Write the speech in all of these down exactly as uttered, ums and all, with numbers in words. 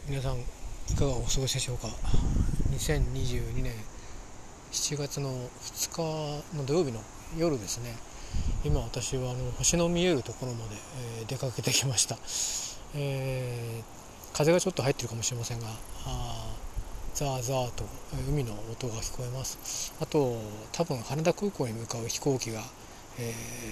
皆さんいかがお過ごしでしょうか。にせんにじゅうにねんしちがつのふつかの土曜日の夜ですね。今私はあの星の見えるところまで、えー出かけてきました。えー風がちょっと入ってるかもしれませんが、あーザーザーと海の音が聞こえます。あと多分羽田空港に向かう飛行機が、え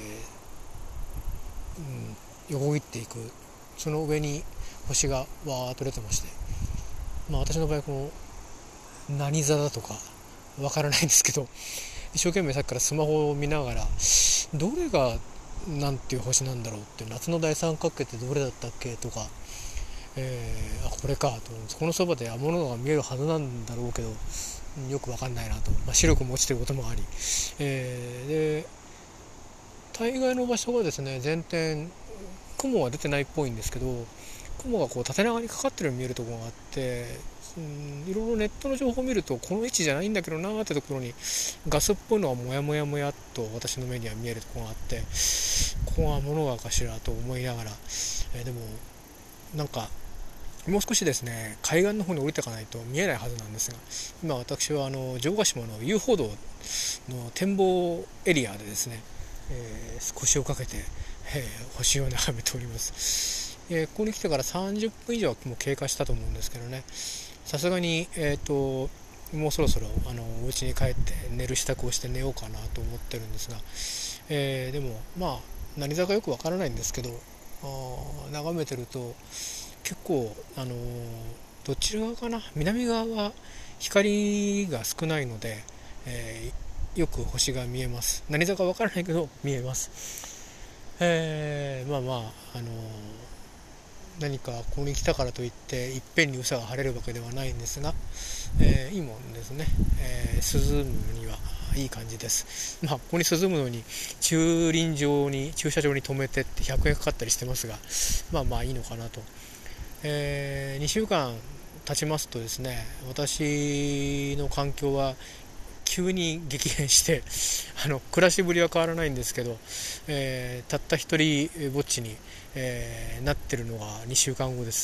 ーうん、横切っていく。その上に星がわーっと出てまして、まあ、私の場合この何座だとかわからないんですけど、一生懸命さっきからスマホを見ながら、どれがなんていう星なんだろうって、夏の大三角形ってどれだったっけとか、えー、あこれかと、このそばで天の川が見えるはずなんだろうけどよくわかんないなと、まあ、白くも落ちてることもあり、えー、で大概の場所はですね、全天雲は出てないっぽいんですけど、雲がこう縦長にかかってるように見えるところがあって、うん、いろいろネットの情報を見るとこの位置じゃないんだけどなーってところにガスっぽいのがもやもやもやっと私の目には見えるところがあって、ここは物がかしらと思いながら、えー、でもなんかもう少しですね、海岸の方に降りていかないと見えないはずなんですが、今私はあの城ヶ島の遊歩道の展望エリアでですね、えー、腰をかけて、えー、星を眺めております。えー、ここに来てからさんじゅっぷん以上はもう経過したと思うんですけどね、さすがに、えー、ともうそろそろあのお家に帰って寝る支度をして寝ようかなと思ってるんですが、えー、でもまあ何座かよくわからないんですけど、あ眺めてると結構あのどちら側かな、南側は光が少ないので、えー、よく星が見えます。何座かわからないけど見えます。えー、まあまああの何かここに来たからといっていっぺんに朝が晴れるわけではないんですが、えー、いいもんですね、えー、涼むにはいい感じです。まあここに涼むのに駐輪場に駐車場に止めてってひゃくえんかかったりしてますが、まあまあいいのかなと。えー、にしゅうかん経ちますとですね、私の環境は急に激変してあの暮らしぶりは変わらないんですけど、えー、たった一人ぼっちに、えー、なってるのがにしゅうかんごです。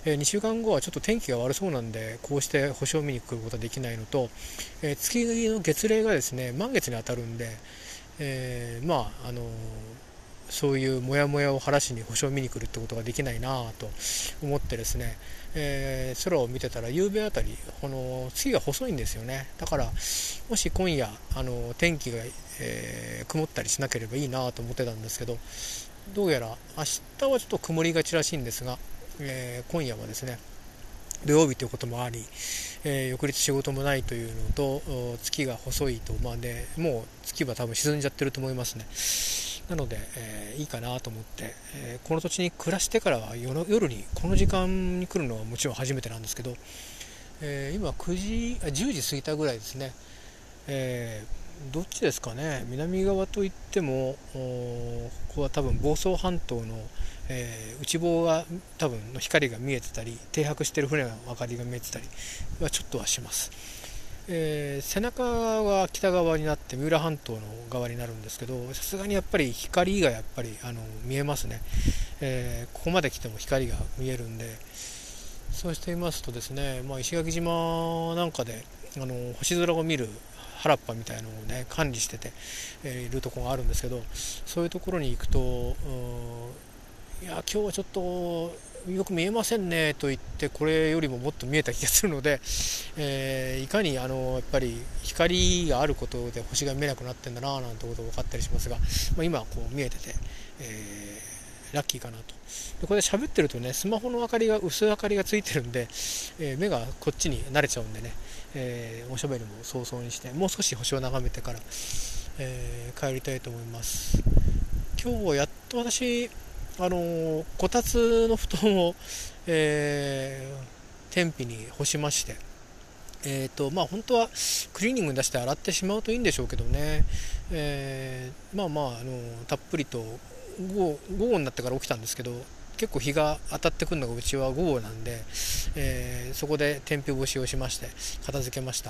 えー、にしゅうかんごはちょっと天気が悪そうなんで、こうして星を見に来ることはできないのと、えー、月の月齢がですね満月に当たるんで、えー、まああのーそういうモヤモヤを晴らしに星を見に来るってことができないなと思ってですね、えー、空を見てたら夕べあたりこの月が細いんですよね。だからもし今夜あの天気が、えー、曇ったりしなければいいなと思ってたんですけど、どうやら明日はちょっと曇りがちらしいんですが、えー、今夜はですね土曜日ということもあり、えー、翌日仕事もないというのと月が細いと、まあね、もう月は多分沈んじゃってると思いますね。なので、えー、いいかなと思って、えー、この土地に暮らしてからは夜、夜にこの時間に来るのはもちろん初めてなんですけど、えー、今くじあじゅうじ過ぎたぐらいですね。えー、どっちですかね、南側といってもここは多分房総半島の、えー、内房が多分の光が見えてたり、停泊している船の明かりが見えてたりはちょっとはします。えー、背中は北側になって三浦半島の側になるんですけど、さすがにやっぱり光がやっぱりあの見えますね。えー、ここまで来ても光が見えるんで、そうしていますとですね、まあ、石垣島なんかであの星空を見る原っぱみたいのをね管理してて、えー、いるところがあるんですけど、そういうところに行くと、いや今日はちょっとよく見えませんねと言って、これよりももっと見えた気がするので、えー、いかにあのやっぱり光があることで星が見えなくなってんだななんてことが分かったりしますが、まあ、今こう見えてて、えー、ラッキーかなと。でこれで喋ってるとね、スマホの明かりが薄い明かりがついてるんで、えー、目がこっちに慣れちゃうんでね、えー、おしゃべりも早々にしてもう少し星を眺めてから、えー、帰りたいと思います。今日はやっと私あのこたつの布団を、えー、天日に干しまして、えーとまあ、本当はクリーニングに出して洗ってしまうといいんでしょうけどね、えー、まあまあ、あのたっぷりと午後、午後になってから起きたんですけど、結構日が当たってくるのがうちは午後なんで、えー、そこで天日干しをしまして片付けました。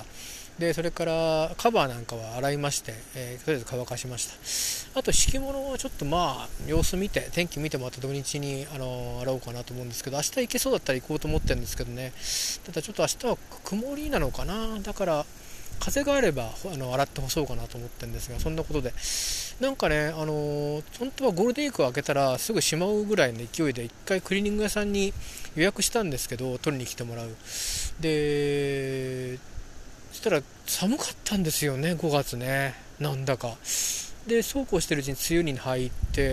でそれからカバーなんかは洗いまして、えー、とりあえず乾かしました。あと敷物はちょっとまあ様子見て天気見てまた土日にあの洗おうかなと思うんですけど、明日行けそうだったら行こうと思ってるんですけどね。ただちょっと明日は曇りなのかな、だから風があればあの洗って干そうかなと思ってるんですが、そんなことでなんかね、あのー、本当はゴールデンウィークを明けたらすぐしまうぐらいの勢いで一回クリーニング屋さんに予約したんですけど、取りに来てもらう。でそしたら寒かったんですよね、ごがつね、なんだかでそうこうしてるうちに梅雨に入って、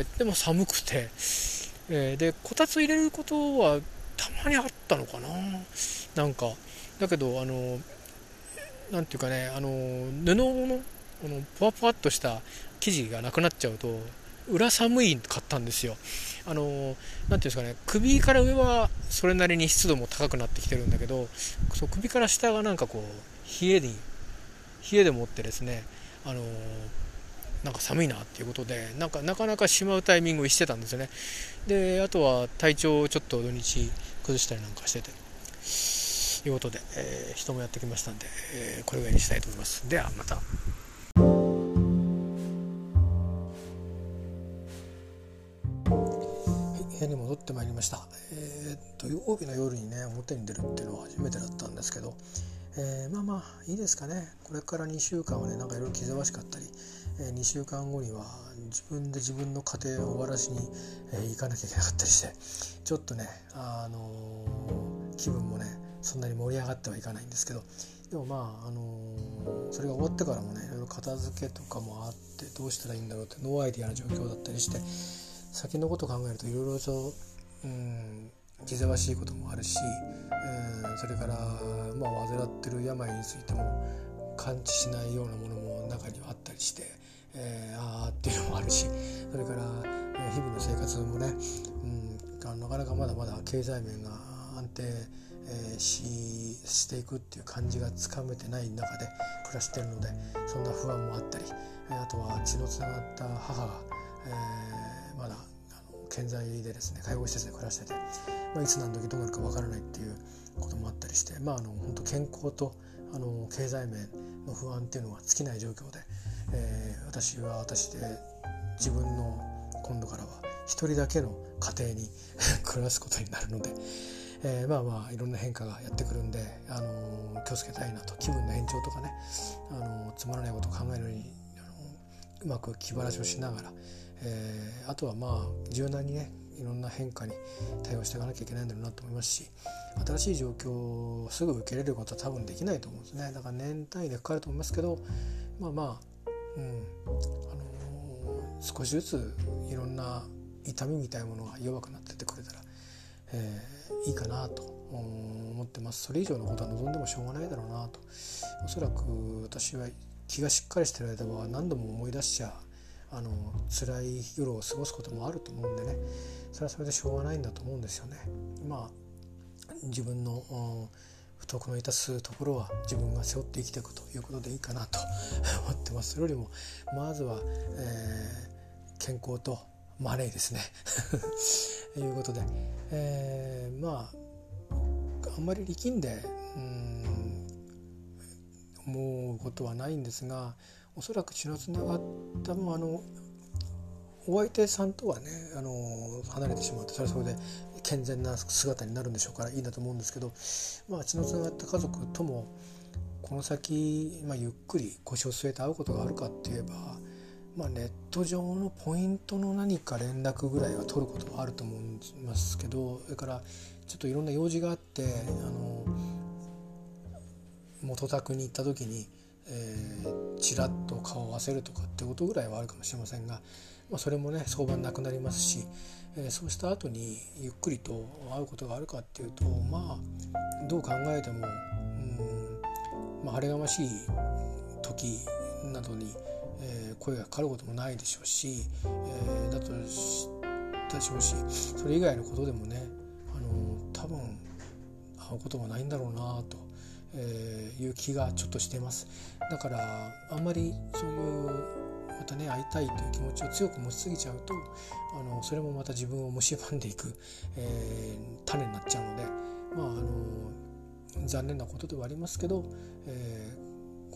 でも寒くて、えー、でこたつ入れることはたまにあったのかな、なんかだけどあのなんていうかね、あの布のあのポワポワっとした生地がなくなっちゃうと裏寒いかったんですよ。あのなんていうんですかね、首から上はそれなりに湿度も高くなってきてるんだけど、そう首から下がなんかこう冷えに冷えでもってですね、あのなんか寒いなっていうことで、なんかなかなかしまうタイミングをしてたんですよね。であとは体調をちょっと土日崩したりなんかしてていうことで、えー、人もやってきましたんで、えー、これぐらいにしたいと思います。ではまた。部屋に戻ってまいりました。えー、土曜日の夜にね表に出るっていうのは初めてだったんですけど、えー、まあまあいいですかね。これからにしゅうかんはね、なんかいろいろ気ぜわしかったり、えー、にしゅうかんごには自分で自分の家庭を終わらしに、えー、行かなきゃいけなかったりして、ちょっとね、あのー、気分もねそんなに盛り上がってはいかないんですけど、でもまあ、あのー、それが終わってからもねいろいろ片付けとかもあって、どうしたらいいんだろうってノーアイディアな状況だったりして、先のことを考えるといろいろと、うん、気ぜわしいこともあるし、うん、それから、まあ、患ってる病についても感知しないようなものも中にはあったりして、えー、あーっていうのもあるし、それから、えー、日々の生活もね、うん、なかなかまだまだ経済面が安定、えー、し, していくっていう感じがつかめてない中で暮らしているので、そんな不安もあったり、あとは血のつながった母が、えー、まだあの健在でですね介護施設で暮らしてて、まあ、いつ何時どうなるかわからないっていうこともあったりして、まあ、あの本当健康とあの経済面の不安っていうのが尽きない状況で、えー、私は私で自分の今度からは一人だけの家庭に暮らすことになるので、えー、まあまあいろんな変化がやってくるんで、あのー、気をつけたいなと。気分の延長とかね、あのー、つまらないことを考えるのに、あのー、うまく気晴らしをしながら、えー、あとはまあ柔軟にねいろんな変化に対応していかなきゃいけないんだろうなと思いますし、新しい状況をすぐ受け入れることは多分できないと思うんですね。だから年単位でかかると思いますけど、まあまあ、うん、あのー、少しずついろんな痛みみたいなものが弱くなってってくれたら、えー、いいかなと思ってます。それ以上のことは望んでもしょうがないだろうなと。おそらく私は気がしっかりしてる間は何度も思い出しちゃあの辛い夜を過ごすこともあると思うんでね、それはそれでしょうがないんだと思うんですよね。まあ自分の不徳の致すところは自分が背負って生きていくということでいいかなと思ってます。それよりもまずは、えー、健康とマネーですねということで、えー、まああんまり力んでうん思うことはないんですが、おそらく血のつながったもあのお相手さんとはねあの離れてしまって、それはそれで健全な姿になるんでしょうからいいんだと思うんですけど、まあ、血のつながった家族ともこの先、まあ、ゆっくり腰を据えて会うことがあるかって言えば、まあ、ネット上のポイントの何か連絡ぐらいは取ることはあると思いますけど、それからちょっといろんな用事があってあの元宅に行った時に、えー、ちらっと顔を合わせるとかってことぐらいはあるかもしれませんが、まあ、それもね相場なくなりますし、えー、そうした後にゆっくりと会うことがあるかっていうと、まあどう考えても、うんまあ、晴れがましい時などに、えー、声がかかることもないでしょうし、えー、だとしたでしょうし、それ以外のことでもね、あの多分会うこともないんだろうなと、えー、いう気がちょっとしています。だからあんまりそういうまたね会いたいという気持ちを強く持ちすぎちゃうと、あのそれもまた自分を蝕んでいく、えー、種になっちゃうので、まああの残念なことではありますけど、えー、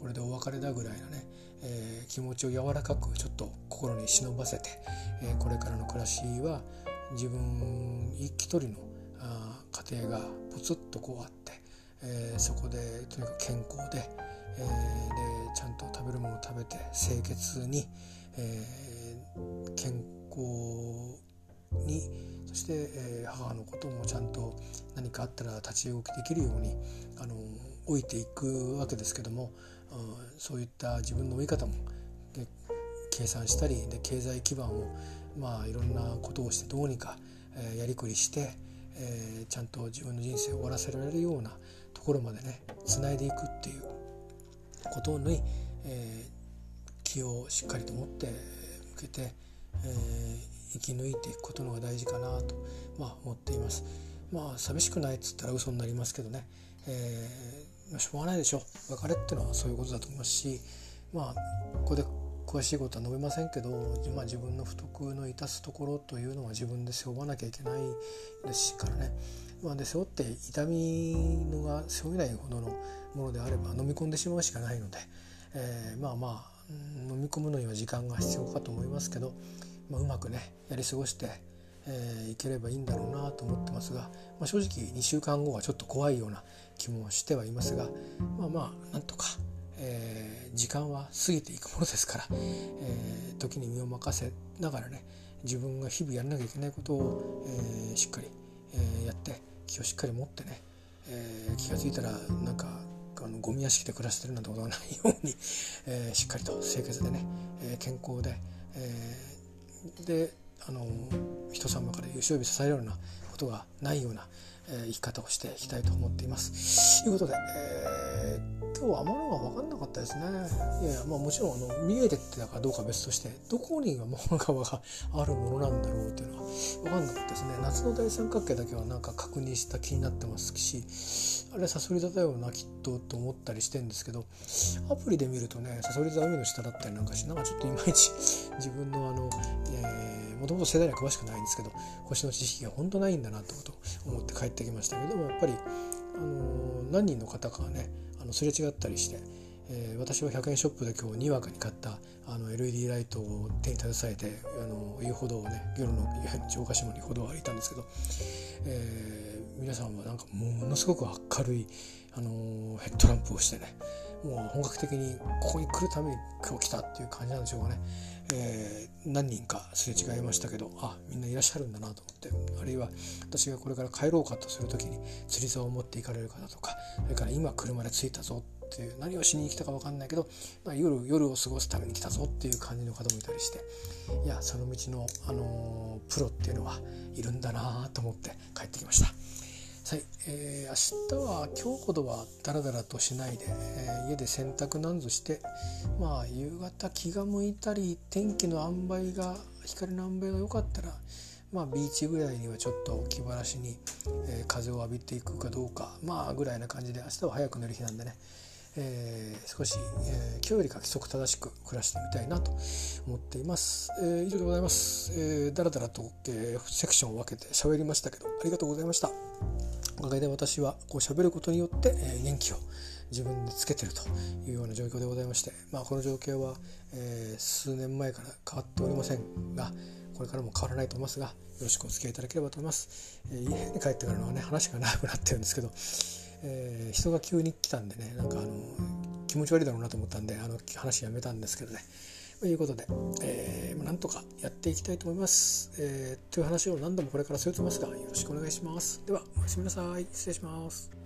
これでお別れだぐらいのね、えー、気持ちを柔らかくちょっと心に忍ばせて、えー、これからの暮らしは自分一人のあ家庭がポツッとこうあって、えー、そこでとにかく健康で、えー、でちゃんと食べるものを食べて清潔に、えー、健康に、そして、えー、母のこともちゃんと何かあったら立ち動きできるようにあの置いていくわけですけども、うん、そういった自分の追い方も計算したりで経済基盤をまあいろんなことをしてどうにか、えー、やりくりして、えー、ちゃんと自分の人生を終わらせられるようなところまでねつないでいくっていうことに、えー、気をしっかりと持って向けて、えー生き抜いていくことのが大事かなと、まあ、思っています。まあ寂しくないっつったら嘘になりますけどね、えー、しょうがないでしょう。別れっていうのはそういうことだと思いますし、まあここで詳しいことは述べませんけど、まあ、自分の不徳の致すところというのは自分で背負わなきゃいけないですからね、まあ、で背負って痛みのが背負えないほどのものであれば飲み込んでしまうしかないので、えー、まあまあ飲み込むのには時間が必要かと思いますけど、まあ、うまくねやり過ごして、えー、いければいいんだろうなと思ってますが、まあ、正直にしゅうかんごはちょっと怖いような気もしてはいますが、まあまあなんとか、えー、時間は過ぎていくものですから、えー、時に身を任せながらね自分が日々やらなきゃいけないことを、えー、しっかり、えー、やって気をしっかり持ってね、えー、気がついたらなんかあのゴミ屋敷で暮らしてるなんてことがないように、えー、しっかりと清潔でね、えー、健康で、えー、であの人様から指をされるようなことがないような、えー、生き方をしていきたいと思っています。ということで、えー、今日は天の川分かんなかったですね。いやいや、まあ、もちろんあの見えてってたかどうかは別としてどこに天の川があるものなんだろうっていうのは分かんなかったですね。夏の大三角形だけはなんか確認した気になってますし、あれサソリ座だよなきっとと思ったりしてるんですけど、アプリで見るとねサソリ座海の下だったりなんかし、なんかちょっといまいち自分のあの、えー、もともと世代には詳しくないんですけど星の知識が本当ないんだなってことを思って帰ってきましたけども、やっぱり、あのー、何人の方かがねあのすれ違ったりして、えー、私はひゃくえんショップで今日にわかに買ったあの エルイーディー ライトを手に携えてあの遊歩道をね夜の浄化しのに歩道を歩いたんですけど、えー、皆さんはなんかものすごく明るい、あのー、ヘッドランプをしてね、もう本格的にここに来るために今日来たっていう感じなんでしょうかね。えー、何人かすれ違いましたけど、あみんないらっしゃるんだなと思って、あるいは私がこれから帰ろうかとするときに釣り竿を持って行かれる方とか、それから今車で着いたぞっていう何をしに来たか分かんないけど、まあ、夜, 夜を過ごすために来たぞっていう感じの方もいたりして、いやその道の、あのー、プロっていうのはいるんだなと思って帰ってきました。はい、えー、明日は今日ほどはダラダラとしないで、えー、家で洗濯なんぞして、まあ夕方気が向いたり天気の塩梅が光の塩梅が良かったら、まあビーチぐらいにはちょっと気晴らしに、えー、風を浴びていくかどうか、まあぐらいな感じで、明日は早く寝る日なんでね、えー、少し、えー、今日よりか規則正しく暮らしてみたいなと思っています。えー、以上でございます。えー、だらだらと、えー、セクションを分けて喋りましたけどありがとうございました。おかげで私はこう喋ることによって、えー、元気を自分でつけているというような状況でございまして、まあ、この状況は、えー、数年前から変わっておりませんが、これからも変わらないと思いますが、よろしくお付き合いいただければと思います。えー、家に帰ってからのはね話が長くなってるんですけど、えー、人が急に来たんでね、なんかあの気持ち悪いだろうなと思ったんであの話やめたんですけどね、ということで、えー、なんとかやっていきたいと思います、えー、という話を何度もこれからすると思いますが、よろしくお願いします。ではおやすみなさい。失礼します。